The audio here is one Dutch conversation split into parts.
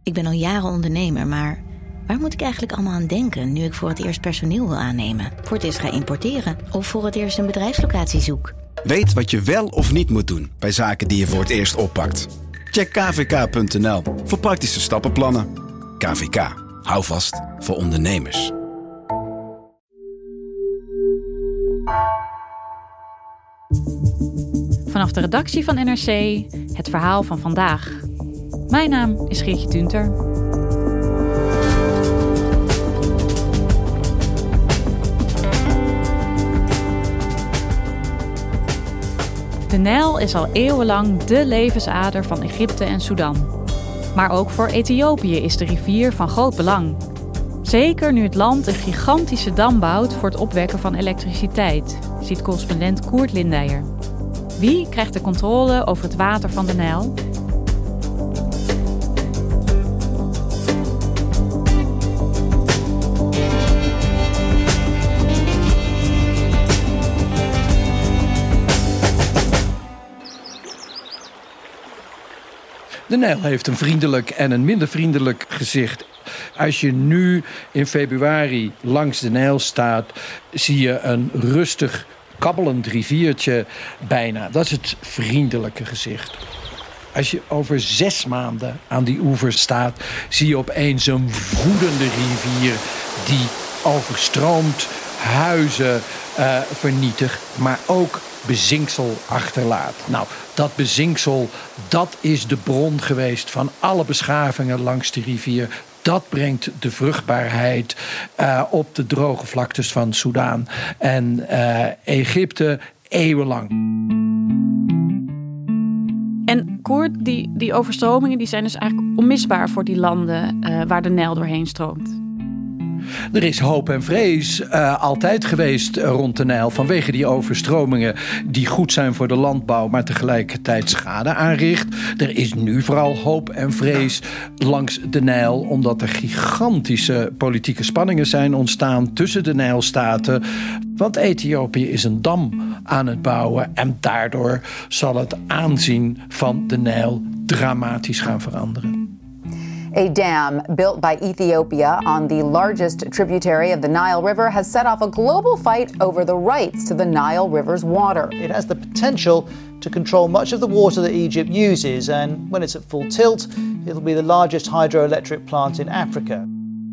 Ik ben al jaren ondernemer, maar waar moet ik eigenlijk allemaal aan denken nu ik voor het eerst personeel wil aannemen, voor het eerst ga importeren of voor het eerst een bedrijfslocatie zoek? Weet wat je wel of niet moet doen bij zaken die je voor het eerst oppakt. Check kvk.nl voor praktische stappenplannen. KVK. Hou vast voor ondernemers. Vanaf de redactie van NRC, het verhaal van vandaag. Mijn naam is Geertje Tunter. De Nijl is al eeuwenlang dé levensader van Egypte en Sudan. Maar ook voor Ethiopië is de rivier van groot belang. Zeker nu het land een gigantische dam bouwt voor het opwekken van elektriciteit, ziet correspondent Koert Lindeyer. Wie krijgt de controle over het water van de Nijl? De Nijl heeft een vriendelijk en een minder vriendelijk gezicht. Als je nu in februari langs de Nijl staat, zie je een rustig kabbelend riviertje bijna. Dat is het vriendelijke gezicht. Als je over 6 maanden aan die oever staat, zie je opeens een woedende rivier die overstroomt, huizen vernietigt, maar ook bezinksel achterlaat. Nou, dat bezinksel, dat is de bron geweest van alle beschavingen langs de rivier. Dat brengt de vruchtbaarheid op de droge vlaktes van Soedan en Egypte eeuwenlang. En Koert, die overstromingen die zijn dus eigenlijk onmisbaar voor die landen waar de Nijl doorheen stroomt. Er is hoop en vrees altijd geweest rond de Nijl vanwege die overstromingen die goed zijn voor de landbouw, maar tegelijkertijd schade aanricht. Er is nu vooral hoop en vrees langs de Nijl omdat er gigantische politieke spanningen zijn ontstaan tussen de Nijlstaten. Want Ethiopië is een dam aan het bouwen en daardoor zal het aanzien van de Nijl dramatisch gaan veranderen. A dam built by Ethiopia on the largest tributary of the Nile River has set off a global fight over the rights to the Nile River's water. It has the potential to control much of the water that Egypt uses, and when it's at full tilt, it'll be the largest hydroelectric plant in Africa.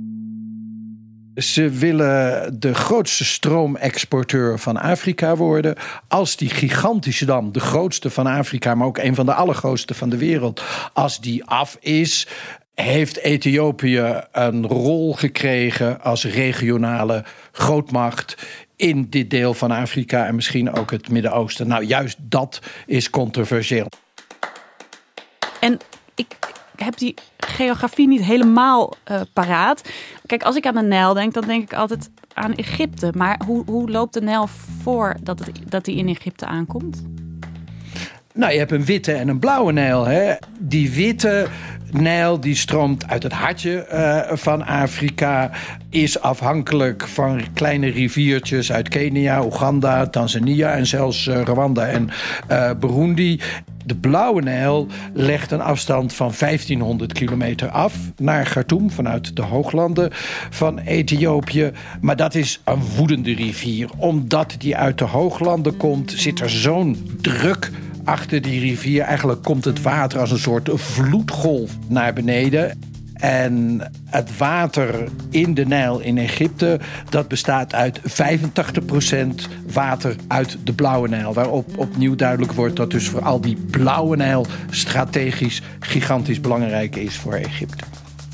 Ze willen de grootste stroomexporteur van Afrika worden. Als die gigantische dam, de grootste van Afrika, maar ook een van de allergrootste van de wereld, als die af is, heeft Ethiopië een rol gekregen als regionale grootmacht in dit deel van Afrika en misschien ook het Midden-Oosten. Nou, juist dat is controversieel. En ik heb die geografie niet helemaal paraat. Kijk, als ik aan de Nijl denk, dan denk ik altijd aan Egypte. Maar hoe loopt de Nijl voor dat die in Egypte aankomt? Nou, je hebt een witte en een blauwe Nijl. Hè? Die witte Nijl die stroomt uit het hartje van Afrika, is afhankelijk van kleine riviertjes uit Kenia, Oeganda, Tanzania en zelfs Rwanda en Burundi. De blauwe Nijl legt een afstand van 1500 kilometer af naar Khartoum vanuit de hooglanden van Ethiopië. Maar dat is een woedende rivier. Omdat die uit de hooglanden komt, zit er zo'n druk achter die rivier. Eigenlijk komt het water als een soort vloedgolf naar beneden. En het water in de Nijl in Egypte, dat bestaat uit 85% water uit de Blauwe Nijl. Waarop opnieuw duidelijk wordt dat dus voor al die Blauwe Nijl strategisch gigantisch belangrijk is voor Egypte.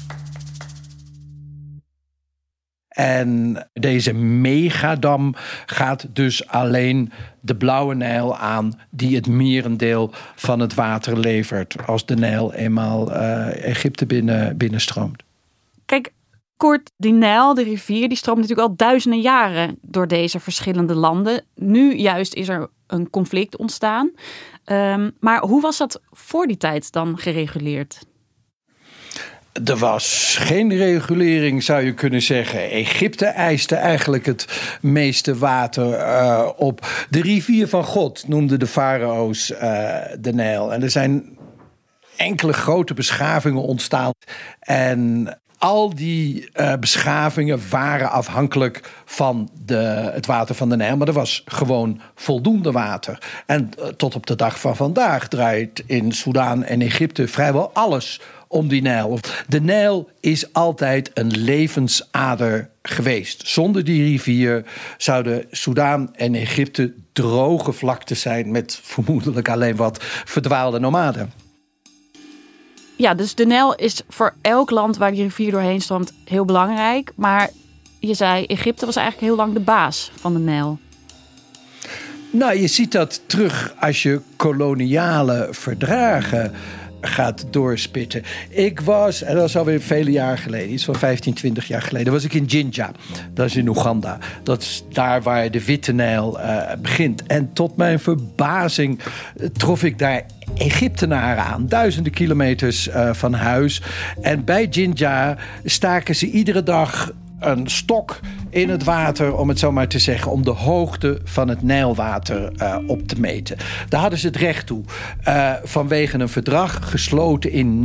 En deze megadam gaat dus alleen de Blauwe Nijl aan die het merendeel van het water levert als de Nijl eenmaal Egypte binnenstroomt. Kijk, Koert, die Nijl, de rivier, die stroomt natuurlijk al duizenden jaren door deze verschillende landen. Nu juist is er een conflict ontstaan. Maar hoe was dat voor die tijd dan gereguleerd? Er was geen regulering, zou je kunnen zeggen. Egypte eiste eigenlijk het meeste water op. De rivier van God noemden de farao's de Nijl. En er zijn enkele grote beschavingen ontstaan. En al die beschavingen waren afhankelijk van het water van de Nijl. Maar er was gewoon voldoende water. En tot op de dag van vandaag draait in Soedan en Egypte vrijwel alles om die Nijl. De Nijl is altijd een levensader geweest. Zonder die rivier zouden Soedan en Egypte droge vlaktes zijn met vermoedelijk alleen wat verdwaalde nomaden. Ja, dus de Nijl is voor elk land waar die rivier doorheen stroomt heel belangrijk. Maar je zei, Egypte was eigenlijk heel lang de baas van de Nijl. Nou, je ziet dat terug als je koloniale verdragen gaat doorspitten. Ik was, en dat is alweer vele jaar geleden, iets van 15, 20 jaar geleden, was ik in Jinja. Dat is in Oeganda. Dat is daar waar de Witte Nijl begint. En tot mijn verbazing trof ik daar Egyptenaren aan. Duizenden kilometers van huis. En bij Jinja staken ze iedere dag een stok in het water, om het zo maar te zeggen, om de hoogte van het Nijlwater op te meten. Daar hadden ze het recht toe. Vanwege een verdrag gesloten in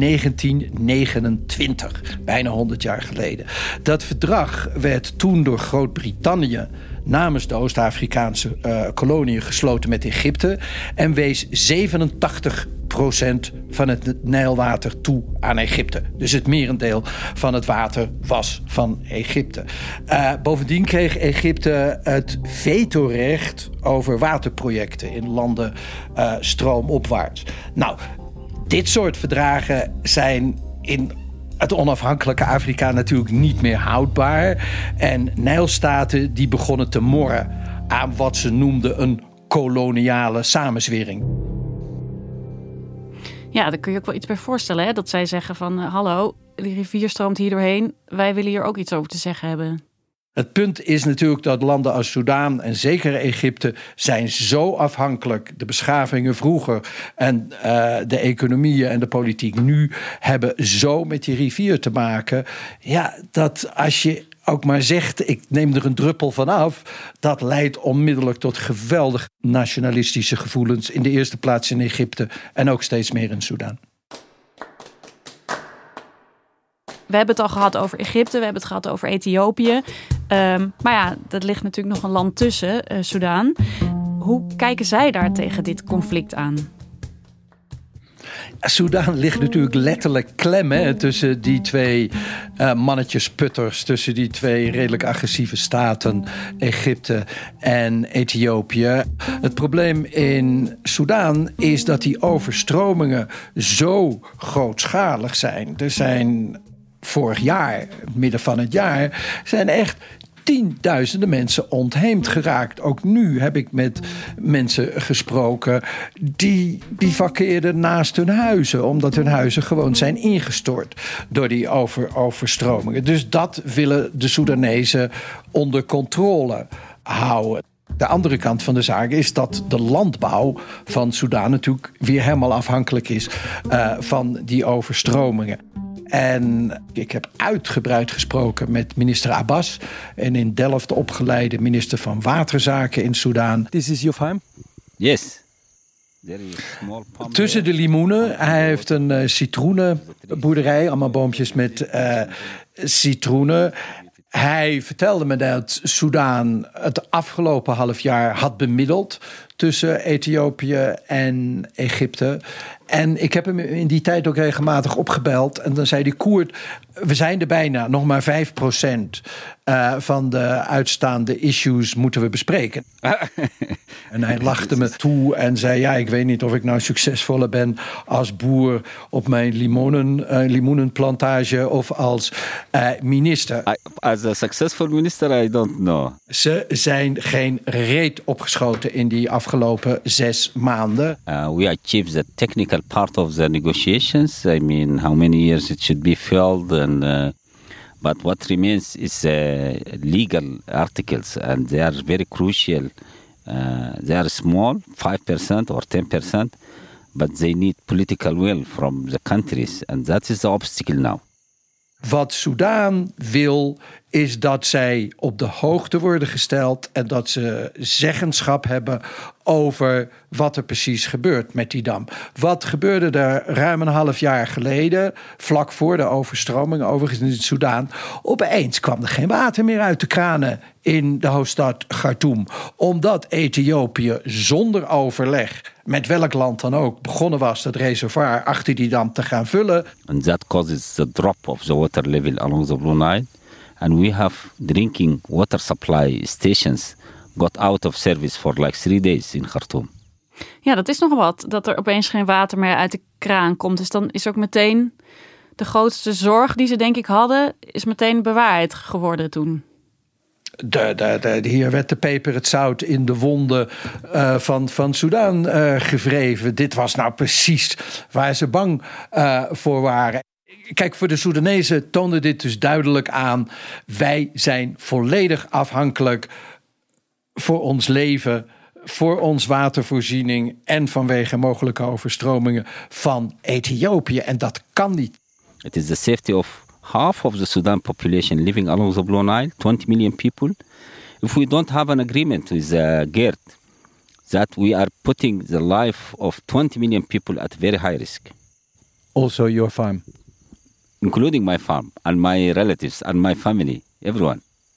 1929, bijna 100 jaar geleden. Dat verdrag werd toen door Groot-Brittannië namens de Oost-Afrikaanse koloniën gesloten met Egypte en wees 87% van het Nijlwater toe aan Egypte. Dus het merendeel van het water was van Egypte. Bovendien kreeg Egypte het vetorecht over waterprojecten in landen stroomopwaarts. Nou, dit soort verdragen zijn in het onafhankelijke Afrika natuurlijk niet meer houdbaar. En Nijlstaten die begonnen te morren aan wat ze noemden een koloniale samenzwering. Ja, daar kun je ook wel iets bij voorstellen. Hè? Dat zij zeggen van hallo, die rivier stroomt hier doorheen. Wij willen hier ook iets over te zeggen hebben. Het punt is natuurlijk dat landen als Soedan en zeker Egypte zijn zo afhankelijk. De beschavingen vroeger en de economieën en de politiek nu hebben zo met die rivier te maken. Ja, dat als je ook maar zegt, ik neem er een druppel van af, dat leidt onmiddellijk tot geweldig nationalistische gevoelens. In de eerste plaats in Egypte en ook steeds meer in Soedan. We hebben het al gehad over Egypte, we hebben het gehad over Ethiopië. Maar ja, dat ligt natuurlijk nog een land tussen, Soedan. Hoe kijken zij daar tegen dit conflict aan? Soedan ligt natuurlijk letterlijk klem tussen die twee mannetjesputters, tussen die twee redelijk agressieve staten, Egypte en Ethiopië. Het probleem in Soedan is dat die overstromingen zo grootschalig zijn. Er zijn vorig jaar, midden van het jaar, zijn echt tienduizenden mensen ontheemd geraakt. Ook nu heb ik met mensen gesproken die bivakkeerden naast hun huizen, omdat hun huizen gewoon zijn ingestort door die overstromingen. Dus dat willen de Soedanezen onder controle houden. De andere kant van de zaak is dat de landbouw van Soedan natuurlijk weer helemaal afhankelijk is van die overstromingen. En ik heb uitgebreid gesproken met minister Abbas, en in Delft opgeleide minister van Waterzaken in Soedan. This is your farm? Yes. Tussen de limoenen. Hij heeft een citroenenboerderij, allemaal boompjes met citroenen. Hij vertelde me dat Soedan het afgelopen half jaar had bemiddeld tussen Ethiopië en Egypte. En ik heb hem in die tijd ook regelmatig opgebeld. En dan zei hij, Koert, we zijn er bijna. Nog maar 5% van de uitstaande issues moeten we bespreken. En hij lachte me toe en zei, ja, ik weet niet of ik nou succesvoller ben als boer op mijn limoenenplantage of als minister. As a successful minister, I don't know. Ze zijn geen reet opgeschoten in die afgelopen 6 maanden. We achieved the technical part of the negotiations. I mean, how many years it should be filled, and but what remains is legal articles, and they are very crucial. They are small, 5% or 10%, but they need political will from the countries, and that is the obstacle now. Wat Soedan wil is dat zij op de hoogte worden gesteld en dat ze zeggenschap hebben over wat er precies gebeurt met die dam. Wat gebeurde er ruim een half jaar geleden, vlak voor de overstroming, overigens in het Soedan? Opeens kwam er geen water meer uit de kranen in de hoofdstad Khartoum, omdat Ethiopië zonder overleg met welk land dan ook begonnen was dat reservoir achter die dam te gaan vullen. And that causes the drop of the water level along the Blue Nile. And we have drinking water supply stations got out of service for like 3 days in Khartoum. Ja, dat is nogal wat, dat er opeens geen water meer uit de kraan komt. Dus dan is ook meteen de zorg die ze denk ik hadden, is meteen bewaarheid geworden toen. Hier werd de peper het zout in de wonden van Soedan gewreven. Dit was nou precies waar ze bang voor waren. Kijk, voor de Soedanezen toonde dit dus duidelijk aan: wij zijn volledig afhankelijk voor ons leven, voor ons watervoorziening en vanwege mogelijke overstromingen van Ethiopië. En dat kan niet. It is the safety of half of the Sudan population living along the Blue Nile, 20 million people. If we don't have an agreement with GERD, that we are putting the life of 20 million people at very high risk. Also your farm. Including my farm and my relatives and my family, everyone.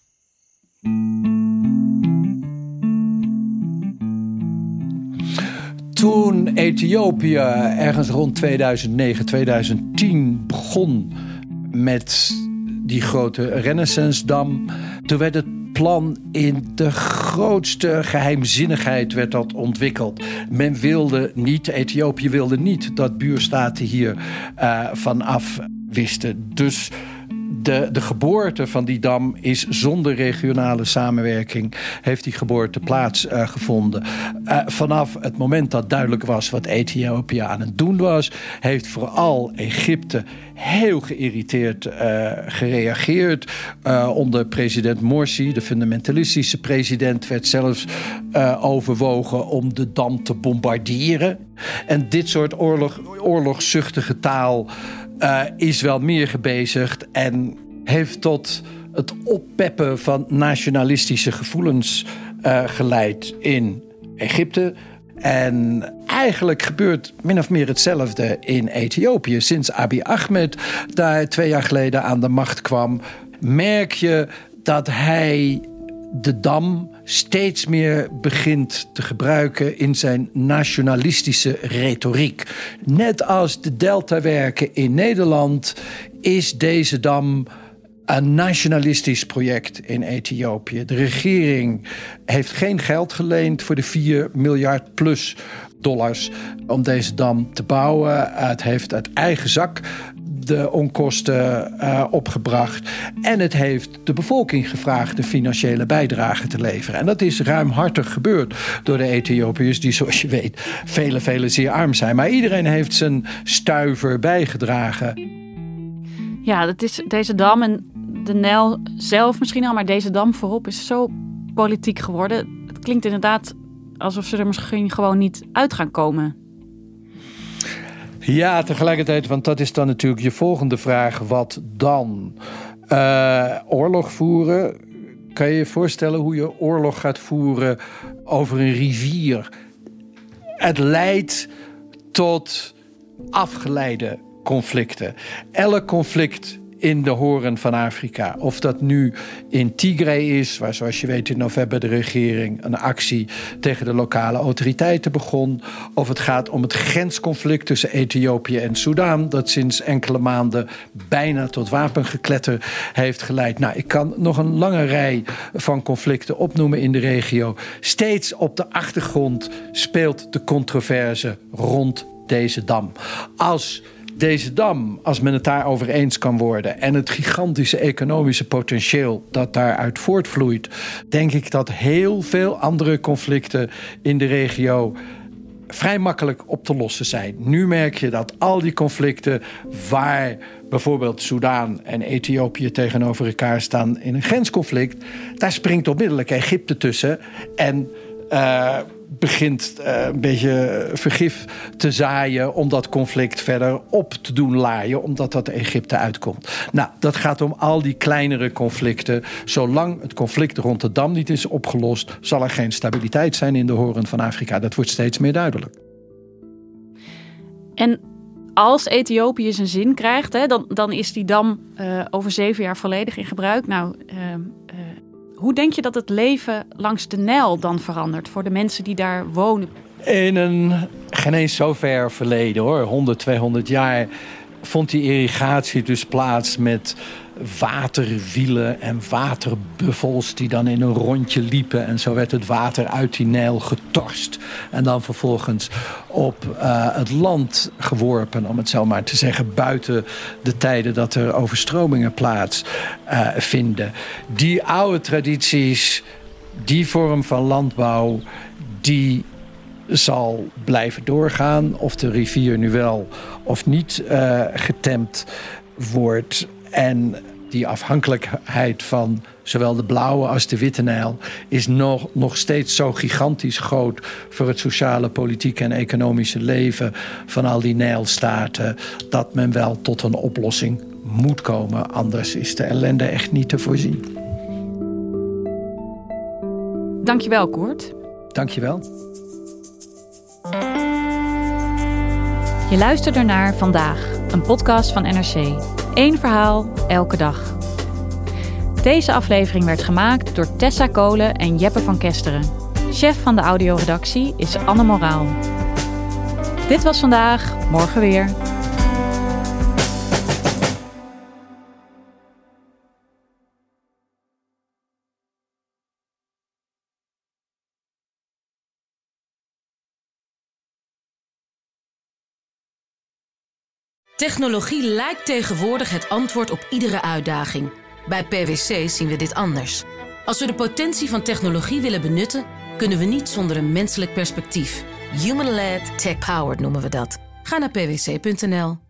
Toen Ethiopië ergens rond 2009, 2010 begon met die grote Renaissance-dam, toen werd het plan in de grootste geheimzinnigheid werd dat ontwikkeld. Men wilde niet, Ethiopië wilde niet dat buurstaten hier vanaf wisten. Dus de geboorte van die dam is zonder regionale samenwerking, heeft die geboorte plaatsgevonden. Vanaf het moment dat duidelijk was wat Ethiopië aan het doen was, heeft vooral Egypte heel geïrriteerd gereageerd. Onder president Morsi, de fundamentalistische president, werd zelfs overwogen om de dam te bombarderen. En dit soort oorlogszuchtige taal is wel meer gebezigd en heeft tot het oppeppen van nationalistische gevoelens geleid in Egypte. En eigenlijk gebeurt min of meer hetzelfde in Ethiopië. Sinds Abiy Ahmed daar 2 jaar geleden aan de macht kwam, merk je dat hij de dam steeds meer begint te gebruiken in zijn nationalistische retoriek. Net als de Deltawerken in Nederland is deze dam een nationalistisch project in Ethiopië. De regering heeft geen geld geleend voor de $4 miljard plus om deze dam te bouwen. Het heeft uit eigen zak de onkosten opgebracht. En het heeft de bevolking gevraagd de financiële bijdrage te leveren. En dat is ruimhartig gebeurd door de Ethiopiërs, die zoals je weet vele zeer arm zijn. Maar iedereen heeft zijn stuiver bijgedragen. Ja, dat is deze dam en de Nijl zelf misschien al, maar deze dam voorop is zo politiek geworden. Het klinkt inderdaad alsof ze er misschien gewoon niet uit gaan komen. Ja, tegelijkertijd, want dat is dan natuurlijk je volgende vraag. Wat dan? Oorlog voeren? Kan je je voorstellen hoe je oorlog gaat voeren over een rivier? Het leidt tot afgeleide conflicten. Elk conflict in de hoorn van Afrika. Of dat nu in Tigray is, waar zoals je weet in november de regering een actie tegen de lokale autoriteiten begon. Of het gaat om het grensconflict tussen Ethiopië en Soedan, dat sinds enkele maanden bijna tot wapengekletter heeft geleid. Nou, ik kan nog een lange rij van conflicten opnoemen in de regio. Steeds op de achtergrond speelt de controverse rond deze dam. Als men het daarover eens kan worden en het gigantische economische potentieel dat daaruit voortvloeit, denk ik dat heel veel andere conflicten in de regio vrij makkelijk op te lossen zijn. Nu merk je dat al die conflicten waar bijvoorbeeld Soedan en Ethiopië tegenover elkaar staan in een grensconflict, daar springt onmiddellijk Egypte tussen en begint een beetje vergif te zaaien om dat conflict verder op te doen laaien, omdat dat Egypte uitkomt. Nou, dat gaat om al die kleinere conflicten. Zolang het conflict rond de Dam niet is opgelost, zal er geen stabiliteit zijn in de Hoorn van Afrika. Dat wordt steeds meer duidelijk. En als Ethiopië zijn zin krijgt, hè, dan is die dam over 7 jaar volledig in gebruik. Nou, hoe denk je dat het leven langs de Nijl dan verandert voor de mensen die daar wonen? In een geen eens zo ver verleden, 100, 200 jaar, vond die irrigatie dus plaats met waterwielen en waterbuffels die dan in een rondje liepen. En zo werd het water uit die Nijl getorst. En dan vervolgens op het land geworpen, om het zo maar te zeggen, buiten de tijden dat er overstromingen plaatsvinden. Die oude tradities, die vorm van landbouw, die zal blijven doorgaan. Of de rivier nu wel of niet getemd wordt. En die afhankelijkheid van zowel de Blauwe als de Witte Nijl is nog steeds zo gigantisch groot voor het sociale, politieke en economische leven van al die Nijlstaten, dat men wel tot een oplossing moet komen. Anders is de ellende echt niet te voorzien. Dankjewel, Koert. Dankjewel. Je luistert ernaar Vandaag, een podcast van NRC. 1 verhaal, elke dag. Deze aflevering werd gemaakt door Tessa Kolen en Jeppe van Kesteren. Chef van de audioredactie is Anne Moraal. Dit was Vandaag, morgen weer. Technologie lijkt tegenwoordig het antwoord op iedere uitdaging. Bij PwC zien we dit anders. Als we de potentie van technologie willen benutten, kunnen we niet zonder een menselijk perspectief. Human-led, tech-powered noemen we dat. Ga naar pwc.nl.